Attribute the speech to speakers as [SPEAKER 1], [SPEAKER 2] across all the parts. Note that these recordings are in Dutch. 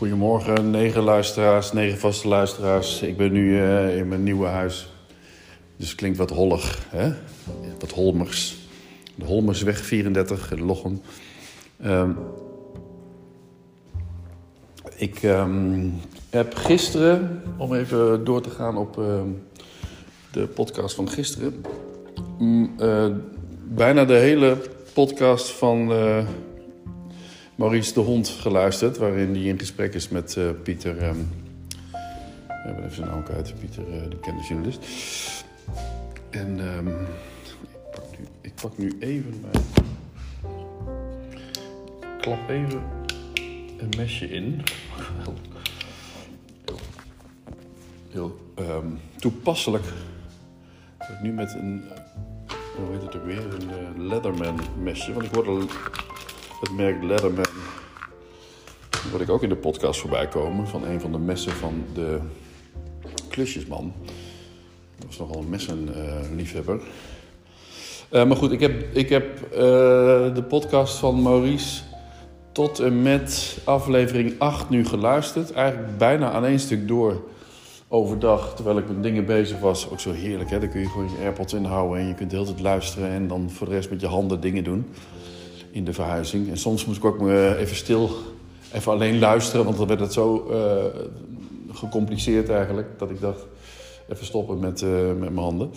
[SPEAKER 1] Goedemorgen, 9 luisteraars, 9 vaste luisteraars. Ik ben nu in mijn nieuwe huis. Dus het klinkt wat hollig, hè? Wat holmers. De Holmersweg 34, in Lochem. Ik heb gisteren, om even door te gaan op de podcast van gisteren... bijna de hele podcast van Maurice de Hond geluisterd, waarin hij in gesprek is met Pieter. We hebben even zijn naam kwijt. Pieter, de bekende journalist. En ik pak nu even mijn... Ik klap even een mesje in. Heel toepasselijk. Dat ik nu met een... Hoe heet het ook weer? Een Leatherman mesje. Want ik hoorde het merk Leatherman. Word ik ook in de podcast voorbij komen. Van een van de messen van de klusjesman. Dat was nogal een messenliefhebber. Maar goed, ik heb de podcast van Maurice tot en met aflevering 8 nu geluisterd. Eigenlijk bijna aan één stuk door. Overdag, terwijl ik met dingen bezig was. Ook zo heerlijk, hè? Dan kun je gewoon je AirPods inhouden en je kunt de hele tijd luisteren en dan voor de rest met je handen dingen doen in de verhuizing. En soms moest ik ook even alleen luisteren, want dan werd het zo gecompliceerd eigenlijk, dat ik dacht, even stoppen met mijn handen.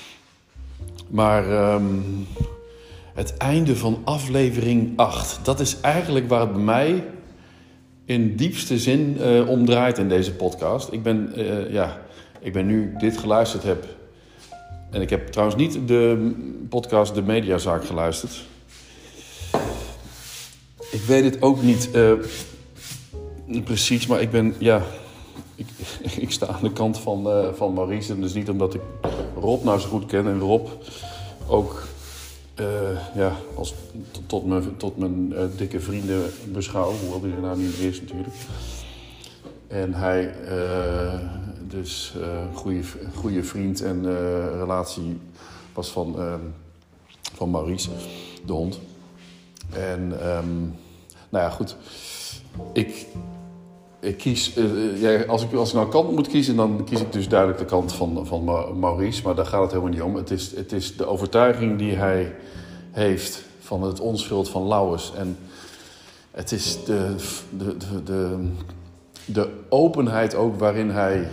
[SPEAKER 1] Maar het einde van aflevering 8, dat is eigenlijk waar het bij mij in diepste zin omdraait in deze podcast. Ik ben nu dit geluisterd heb. En ik heb trouwens niet de podcast De Mediazaak geluisterd. Ik weet het ook niet precies, maar ik sta aan de kant van Maurice. En dus niet omdat ik Rob nou zo goed ken en Rob ook als tot mijn dikke vrienden beschouw, hoewel die er nou niet is natuurlijk. En hij dus goede vriend en relatie was van Maurice, de hond. En goed, ik kies, als ik nou een kant moet kiezen, dan kies ik dus duidelijk de kant van Maurice. Maar daar gaat het helemaal niet om. Het is de overtuiging die hij heeft van het onschuld van Lauwers. En het is de openheid ook waarin hij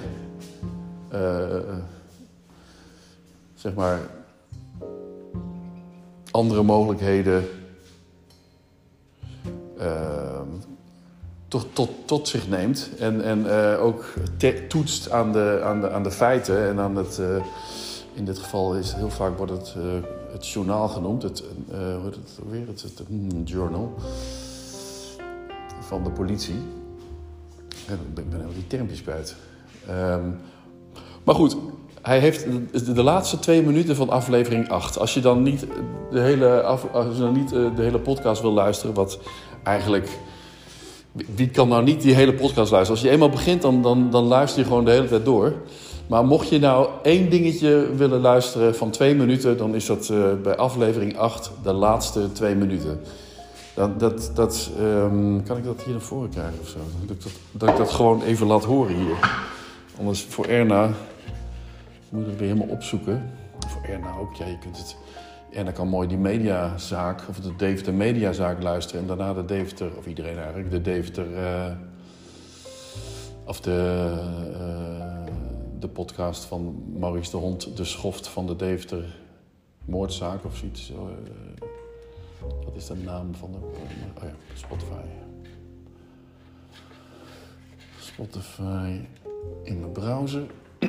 [SPEAKER 1] andere mogelijkheden tot zich neemt. En ook toetst aan de feiten. En aan het... in dit geval heel vaak wordt het journaal genoemd. Het journal van de politie. En ik ben helemaal die termpjes kwijt. Maar goed, hij heeft de laatste 2 minuten van aflevering 8. Als je dan niet de hele podcast wil luisteren, wat eigenlijk... Wie kan nou niet die hele podcast luisteren? Als je eenmaal begint, dan luister je gewoon de hele tijd door. Maar mocht je nou 1 dingetje willen luisteren van 2 minuten... dan is dat bij aflevering 8 de laatste 2 minuten. Kan ik dat hier naar voren krijgen of zo? Dat ik dat gewoon even laat horen hier. Anders voor Erna moet ik het weer helemaal opzoeken. Voor Erna ook, ja, je kunt het... Erna kan mooi die mediazaak, of de Deventer Mediazaak luisteren... en daarna de Deventer, of iedereen eigenlijk, de Deventer... de podcast van Maurice de Hond, de schoft van de Deventer moordzaak of zoiets. Wat is de naam van de... Oh ja, Spotify. Spotify in mijn browser.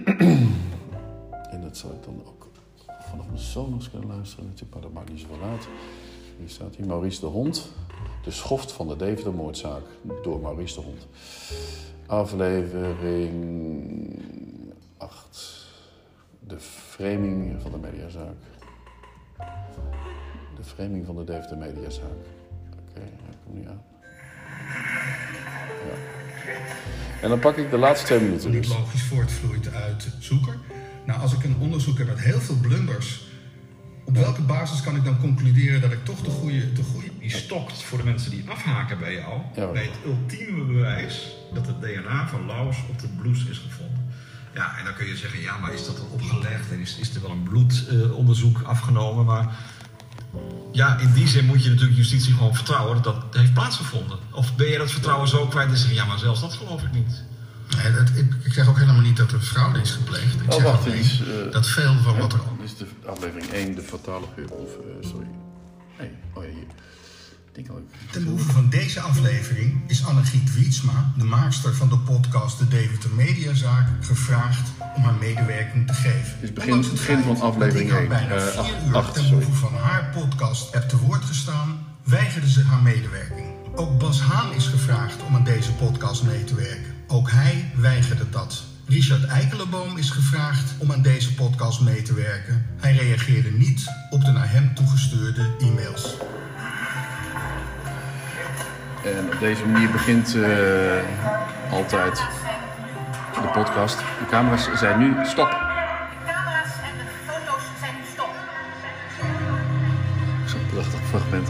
[SPEAKER 1] En dat zal ik dan ook vanaf mijn Sonos kunnen luisteren natuurlijk, maar dat maakt niet zoveel uit. Hier staat hier Maurice de Hond, de schoft van de Deventer moordzaak door Maurice de Hond. Aflevering 8. De framing van de mediazaak. De framing van de Deventer mediazaak. Oké, ik kom nu aan. Ja. En dan pak ik de laatste 2 minuten.
[SPEAKER 2] Niet logisch voortvloeit uit Zoeker. Nou, als ik een onderzoek heb met heel veel blunders Op welke basis kan ik dan concluderen dat ik toch de goede...
[SPEAKER 3] Die stokt voor de mensen die afhaken bij jou...
[SPEAKER 1] Ja.
[SPEAKER 3] bij het ultieme bewijs dat het DNA van Lauwers op de blouse is gevonden. Ja, en dan kun je zeggen, ja, maar is dat dan opgelegd? En is er wel een bloedonderzoek afgenomen? Maar ja, in die zin moet je natuurlijk justitie gewoon vertrouwen dat dat heeft plaatsgevonden. Of ben je dat vertrouwen zo kwijt en zeggen, ja, maar zelfs dat geloof ik niet.
[SPEAKER 2] Nee, ik zeg ook helemaal niet dat er fraude is gepleegd. Ik zeg
[SPEAKER 1] wacht
[SPEAKER 2] alleen
[SPEAKER 1] eens.
[SPEAKER 2] dat veel van wat er...
[SPEAKER 1] Dit is de aflevering 1, de fatale geur. Sorry. Nee, hier. Ik denk al...
[SPEAKER 2] Ten behoeve van deze aflevering is Annegiet Wietsma, de maakster van de podcast De Deventer Mediazaak, gevraagd om haar medewerking te geven.
[SPEAKER 1] Het is begin van aflevering 1.
[SPEAKER 2] Bijna 4 uur ten behoeve van haar podcast heb te woord gestaan, weigerde ze haar medewerking. Ook Bas Haan is gevraagd om aan deze podcast mee te werken. Ook hij weigerde dat. Richard Eikelenboom is gevraagd om aan deze podcast mee te werken. Hij reageerde niet op de naar hem toegestuurde e-mails.
[SPEAKER 1] En op deze manier begint altijd de podcast. De camera's zijn nu stop.
[SPEAKER 4] De camera's en de foto's zijn nu stop.
[SPEAKER 1] Zo'n prachtig fragment.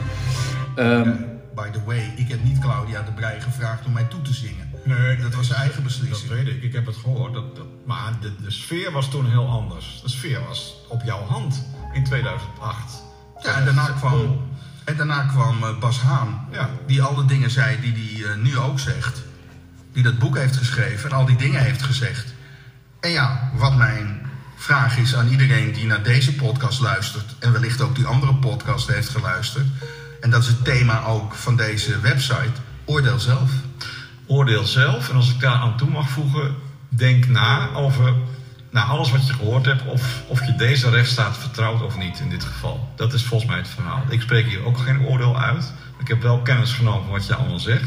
[SPEAKER 2] By the way, ik heb niet Claudia de Breij gevraagd om mij toe te zingen. Nee, dat was zijn eigen beslissing.
[SPEAKER 3] Dat weet ik heb het gehoord. Maar de sfeer was toen heel anders. De sfeer was op jouw hand in 2008.
[SPEAKER 2] Ja, en daarna kwam Bas Haan,
[SPEAKER 3] Ja.
[SPEAKER 2] die al de dingen zei die hij nu ook zegt. Die dat boek heeft geschreven en al die dingen heeft gezegd. En ja, wat mijn vraag is aan iedereen die naar deze podcast luistert... en wellicht ook die andere podcast heeft geluisterd... en dat is het thema ook van deze website, oordeel zelf.
[SPEAKER 3] Oordeel zelf. En als ik daar aan toe mag voegen, denk na over alles wat je gehoord hebt, of je deze rechtsstaat vertrouwt of niet in dit geval. Dat is volgens mij het verhaal. Ik spreek hier ook geen oordeel uit. Ik heb wel kennis genomen van wat je allemaal zegt.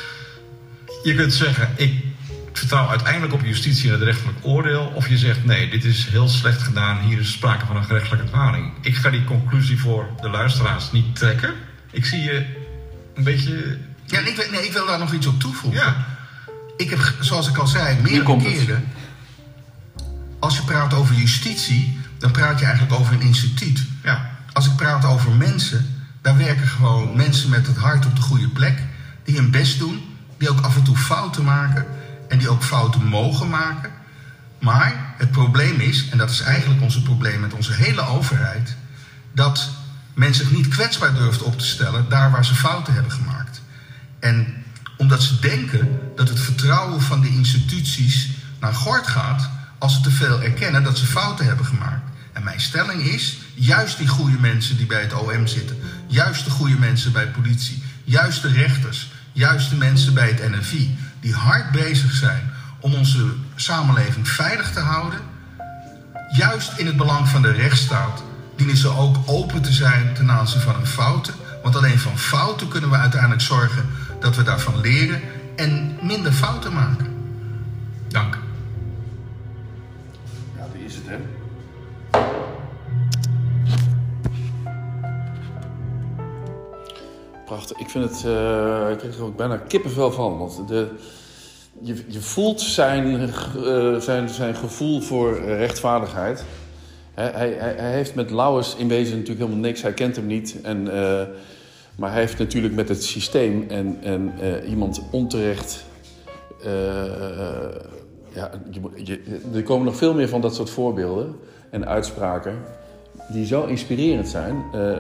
[SPEAKER 3] Je kunt zeggen, ik vertrouw uiteindelijk op justitie en het rechtelijk oordeel. Of je zegt, nee, dit is heel slecht gedaan. Hier is sprake van een gerechtelijke dwaling. Ik ga die conclusie voor de luisteraars niet trekken. Ik zie je een beetje...
[SPEAKER 2] Ja, ik wil daar nog iets op toevoegen.
[SPEAKER 3] Ja.
[SPEAKER 2] Ik heb, zoals ik al zei, meerdere keren... Als je praat over justitie, dan praat je eigenlijk over een instituut.
[SPEAKER 3] Ja.
[SPEAKER 2] Als ik praat over mensen, daar werken gewoon mensen met het hart op de goede plek. Die hun best doen, die ook af en toe fouten maken. En die ook fouten mogen maken. Maar het probleem is, en dat is eigenlijk ons probleem met onze hele overheid... dat men zich niet kwetsbaar durft op te stellen daar waar ze fouten hebben gemaakt. En omdat ze denken dat het vertrouwen van de instituties naar gort gaat... als ze te veel erkennen dat ze fouten hebben gemaakt. En mijn stelling is, juist die goede mensen die bij het OM zitten... juist de goede mensen bij politie, juist de rechters... juist de mensen bij het NFI... die hard bezig zijn om onze samenleving veilig te houden... juist in het belang van de rechtsstaat... dienen ze ook open te zijn ten aanzien van hun fouten. Want alleen van fouten kunnen we uiteindelijk zorgen dat we daarvan leren... en minder fouten maken.
[SPEAKER 3] Dank.
[SPEAKER 1] Ja, die is het, hè? Prachtig. Ik vind het... ik krijg er ook bijna kippenvel van. Want je voelt zijn gevoel voor rechtvaardigheid. Hij heeft met Lauwers in wezen natuurlijk helemaal niks. Hij kent hem niet. Maar hij heeft natuurlijk met het systeem en iemand onterecht... er komen nog veel meer van dat soort voorbeelden en uitspraken die zo inspirerend zijn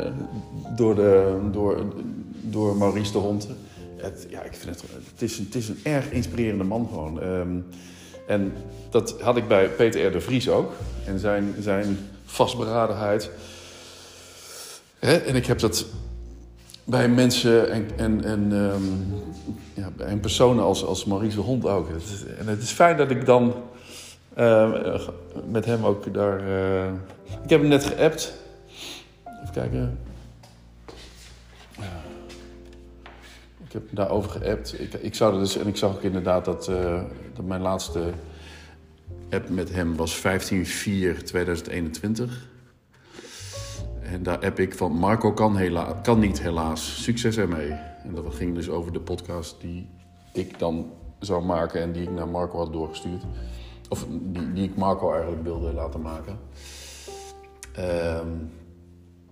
[SPEAKER 1] door Maurice de Honte. Ik vind het is een erg inspirerende man gewoon. En dat had ik bij Peter R. de Vries ook. En zijn vastberadenheid. En ik heb dat bij mensen en personen als Maurice de Hond ook. En het is fijn dat ik dan met hem ook daar... Ik heb hem net geappt. Even kijken. Ik heb hem daarover geappt. Ik zou er dus... En ik zag ook inderdaad dat mijn laatste app met hem was 15/4/2021. En daar app ik van Marco kan niet helaas. Succes ermee. En dat ging dus over de podcast die ik dan zou maken en die ik naar Marco had doorgestuurd. Of die ik Marco eigenlijk wilde laten maken.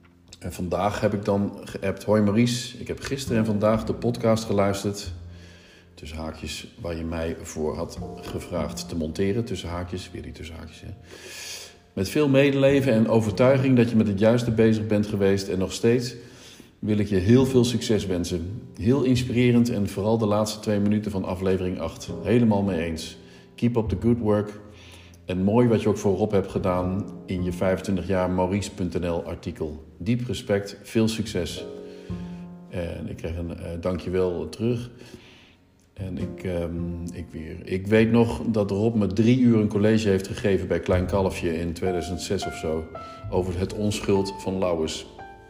[SPEAKER 1] En vandaag heb ik dan geappt: hoi Maurice, ik heb gisteren en vandaag de podcast geluisterd. Tussen haakjes, waar je mij voor had gevraagd te monteren. Tussen haakjes, weer die tussen haakjes. Hè. Met veel medeleven en overtuiging dat je met het juiste bezig bent geweest. En nog steeds wil ik je heel veel succes wensen. Heel inspirerend en vooral de laatste 2 minuten van aflevering 8. Helemaal mee eens. Keep up the good work. En mooi wat je ook voor Rob hebt gedaan in je 25 jaar Maurice.nl artikel. Diep respect, veel succes. En ik kreeg een dankjewel terug. En ik weet nog dat Rob me 3 uur een college heeft gegeven bij Klein Kalfje in 2006 of zo. Over het onschuld van Lauwers.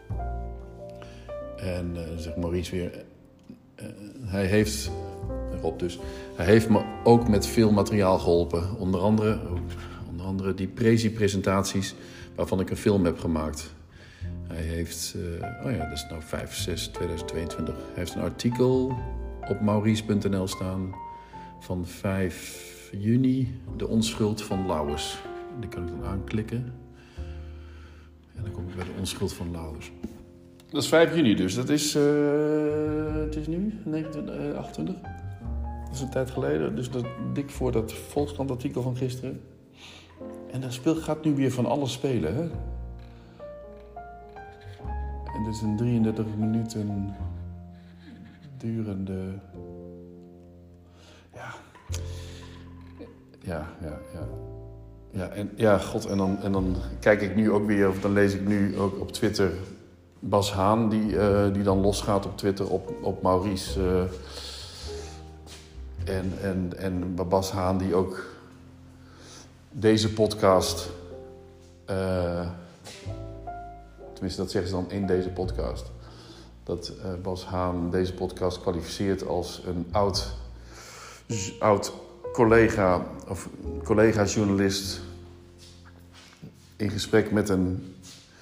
[SPEAKER 1] En zegt Maurice weer, hij heeft me ook met veel materiaal geholpen. Onder andere die presentaties waarvan ik een film heb gemaakt. Hij heeft, dat is nou 5/6/2022. Hij heeft een artikel op Maurice.nl staan van 5 juni, de onschuld van Lauwers. Die kan ik dan aanklikken. En dan kom ik bij de onschuld van Lauwers. Dat is 5 juni dus. Dat is, het is nu 28. Dat is een tijd geleden. Dus dat dik voor dat Volkskrant artikel van gisteren. En daar gaat nu weer van alles spelen, hè? En dit is een 33 minuten durende... En dan kijk ik nu ook weer, of dan lees ik nu ook op Twitter Bas Haan, die dan losgaat op Twitter op Maurice. En Bas Haan die ook deze podcast, tenminste dat zeggen ze dan in deze podcast, dat Bas Haan deze podcast kwalificeert als een oud collega of collega-journalist in gesprek met een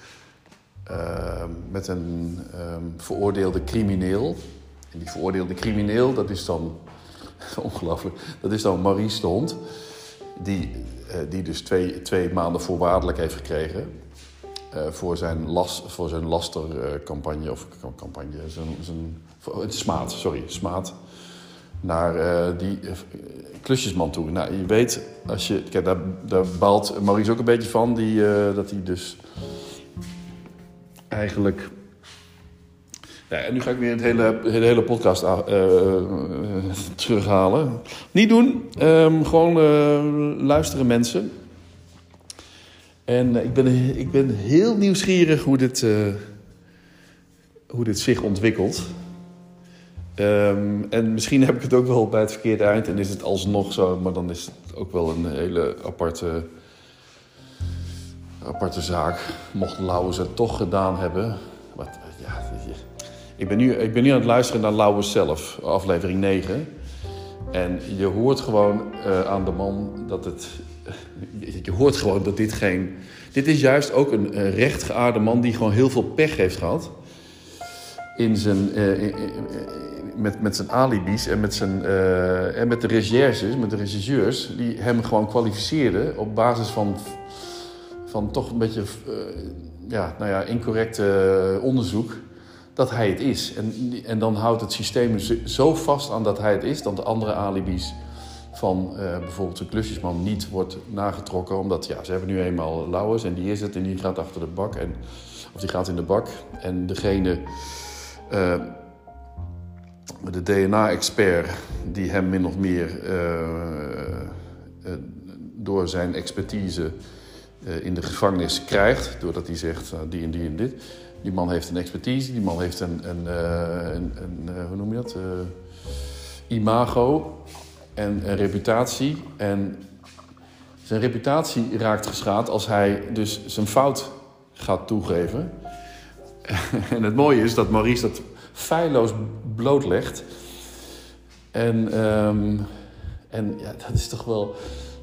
[SPEAKER 1] veroordeelde crimineel. En die veroordeelde crimineel, dat is dan ongelooflijk. Dat is dan Maurice de Hond, die dus twee maanden voorwaardelijk heeft gekregen voor zijn lastercampagne of campagne, zijn smaad naar die klusjesman toe. Nou, je weet, kijk, daar baalt Maurice ook een beetje van, dat hij dus eigenlijk... Ja, en nu ga ik weer de hele podcast terughalen. Niet doen, gewoon luisteren mensen. En ik ben heel nieuwsgierig hoe dit zich ontwikkelt. En misschien heb ik het ook wel bij het verkeerde eind en is het alsnog zo, maar dan is het ook wel een hele aparte zaak. Mocht Lauwers het toch gedaan hebben. Ik ben nu aan het luisteren naar Lauwers zelf, aflevering 9. En je hoort gewoon aan de man dat je hoort gewoon dat dit is juist ook een rechtgeaarde man die gewoon heel veel pech heeft gehad. Met zijn alibis en met de recherches, met de regisseurs, die hem gewoon kwalificeerden op basis van toch een beetje incorrecte onderzoek dat hij het is. En dan houdt het systeem zo vast aan dat hij het is, dat de andere alibis van bijvoorbeeld een klusjesman niet wordt nagetrokken, omdat ze hebben nu eenmaal Lauwers en die is het en die gaat achter de bak of die gaat in de bak en degene, de DNA-expert die hem min of meer door zijn expertise in de gevangenis krijgt, doordat hij zegt die en die en dit. Die man heeft een expertise, die man heeft een hoe noem je dat? Imago en een reputatie. En zijn reputatie raakt geschaad als hij dus zijn fout gaat toegeven. En het mooie is dat Maurice dat feilloos blootlegt. En dat is toch wel...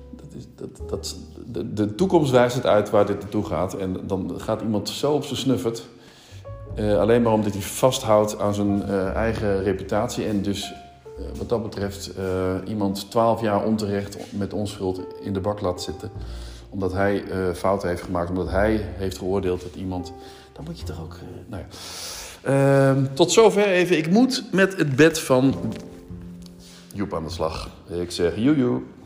[SPEAKER 1] De toekomst wijst het uit waar dit naartoe gaat. En dan gaat iemand zo op zijn snuffert. Alleen maar omdat hij vasthoudt aan zijn eigen reputatie. En dus wat dat betreft iemand 12 jaar onterecht met onschuld in de bak laat zitten. Omdat hij fouten heeft gemaakt. Omdat hij heeft geoordeeld Dan moet je toch ook... nou ja. Tot zover even. Ik moet met het bed van Joep aan de slag. Ik zeg joejoe.